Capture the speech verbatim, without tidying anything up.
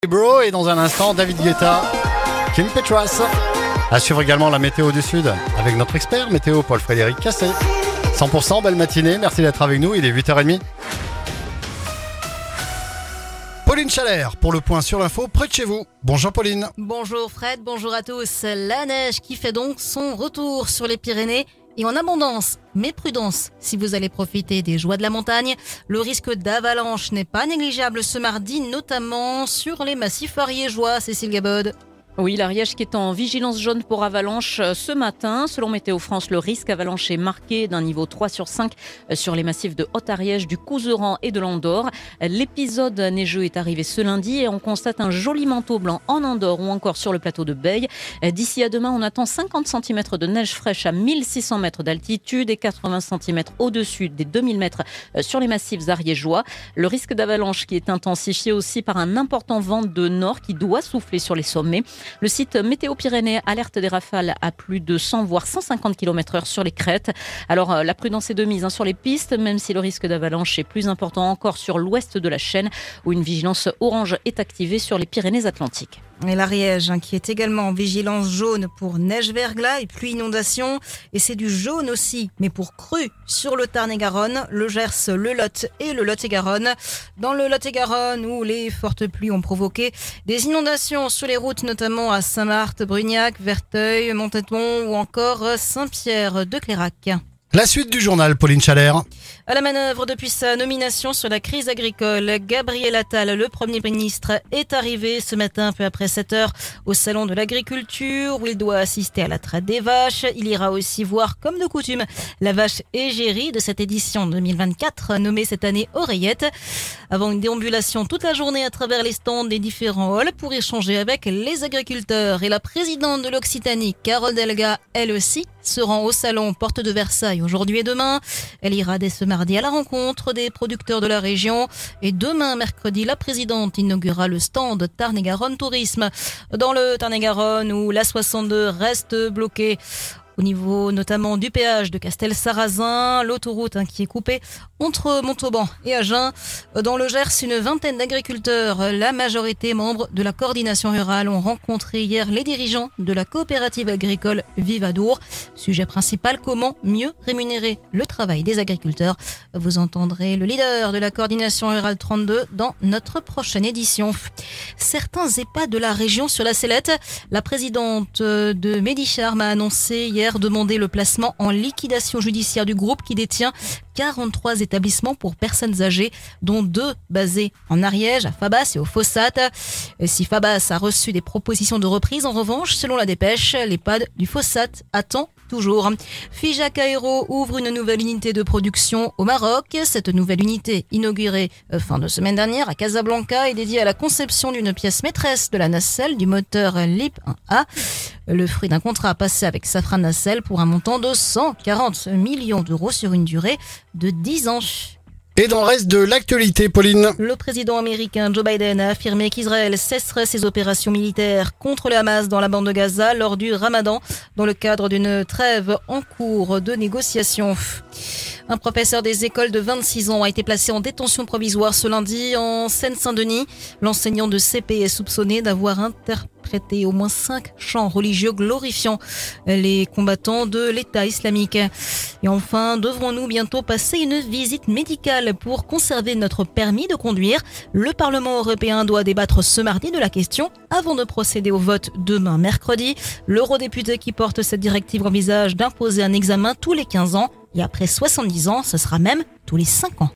Bro, et dans un instant, David Guetta, Kim Petras. À suivre également la météo du Sud avec notre expert météo Paul-Frédéric Cassé. cent pour cent, belle matinée, merci d'être avec nous, il est huit heures trente. Pauline Chalère pour le point sur l'info près de chez vous. Bonjour Pauline. Bonjour Fred, bonjour à tous. La neige qui fait donc son retour sur les Pyrénées et en abondance. Mais prudence, si vous allez profiter des joies de la montagne, le risque d'avalanche n'est pas négligeable ce mardi, notamment sur les massifs ariégeois. Cécile Gabod. Oui, l'Ariège qui est en vigilance jaune pour avalanche ce matin. Selon Météo France, le risque avalanche est marqué d'un niveau trois sur cinq sur les massifs de Haute-Ariège, du Couserans et de l'Andorre. L'épisode neigeux est arrivé ce lundi et on constate un joli manteau blanc en Andorre ou encore sur le plateau de Beille. D'ici à demain, on attend cinquante centimètres de neige fraîche à mille six cents mètres d'altitude et quatre-vingts centimètres au-dessus des deux mille mètres sur les massifs ariégeois. Le risque d'avalanche qui est intensifié aussi par un important vent de nord qui doit souffler sur les sommets. Le site Météo Pyrénées alerte des rafales à plus de cent voire cent cinquante kilomètres heure sur les crêtes. Alors la prudence est de mise hein, sur les pistes, même si le risque d'avalanche est plus important encore sur l'ouest de la chaîne où une vigilance orange est activée sur les Pyrénées-Atlantiques. Et l'Ariège hein, qui est également en vigilance jaune pour neige-verglas et pluie inondation. Et c'est du jaune aussi, mais pour crue sur le Tarn-et-Garonne, le Gers, le Lot et le Lot-et-Garonne. Dans le Lot-et-Garonne où les fortes pluies ont provoqué des inondations sur les routes, notamment à Saint-Marthe, Brugnac, Verteuil, Montéton ou encore Saint-Pierre-de-Clérac. La suite du journal, Pauline Chalère. À la manœuvre depuis sa nomination sur la crise agricole, Gabriel Attal, le Premier ministre, est arrivé ce matin peu après sept heures au salon de l'agriculture où il doit assister à la traite des vaches. Il ira aussi voir, comme de coutume, la vache égérie de cette édition deux mille vingt-quatre, nommée cette année Oreillette. Avant une déambulation toute la journée à travers les stands des différents halls pour échanger avec les agriculteurs. Et la présidente de l'Occitanie, Carole Delga, elle aussi, se rend au salon Porte de Versailles aujourd'hui et demain. Elle ira dès ce mardi à la rencontre des producteurs de la région. Et demain, mercredi, la présidente inaugurera le stand Tarn-et-Garonne Tourisme. Dans le Tarn-et-Garonne où l'A soixante-deux reste bloquée. Au niveau notamment du péage de Castel-Sarrazin, l'autoroute hein, qui est coupée entre Montauban et Agen. Dans le Gers, une vingtaine d'agriculteurs, la majorité membres de la coordination rurale, ont rencontré hier les dirigeants de la coopérative agricole Vivadour. Sujet principal, comment mieux rémunérer le travail des agriculteurs. Vous entendrez le leader de la coordination rurale trente-deux dans notre prochaine édition. Certains EHPAD de la région sur la sellette, la présidente de Medicharm a annoncé hier demander le placement en liquidation judiciaire du groupe qui détient quarante-trois établissements pour personnes âgées, dont deux basés en Ariège, à Fabas et au Fossat. Si Fabas a reçu des propositions de reprise, en revanche, selon la dépêche, l'EHPAD du Fossat attend toujours. Figeac Aéro ouvre une nouvelle unité de production au Maroc. Cette nouvelle unité, inaugurée fin de semaine dernière à Casablanca, est dédiée à la conception d'une pièce maîtresse de la nacelle du moteur LiP un A. Le fruit d'un contrat passé avec Safran Nacelle pour un montant de cent quarante millions d'euros sur une durée de dix ans. Et dans le reste de l'actualité, Pauline. Le président américain Joe Biden a affirmé qu'Israël cesserait ses opérations militaires contre le Hamas dans la bande de Gaza lors du Ramadan, dans le cadre d'une trêve en cours de négociation. Un professeur des écoles de vingt-six ans a été placé en détention provisoire ce lundi en Seine-Saint-Denis. L'enseignant de C P est soupçonné d'avoir interprété au moins cinq chants religieux glorifiant les combattants de l'État islamique. Et enfin, devrons-nous bientôt passer une visite médicale pour conserver notre permis de conduire? Le Parlement européen doit débattre ce mardi de la question avant de procéder au vote demain mercredi. L'eurodéputé qui porte cette directive envisage d'imposer un examen tous les quinze ans. Et après soixante-dix ans, ce sera même tous les cinq ans.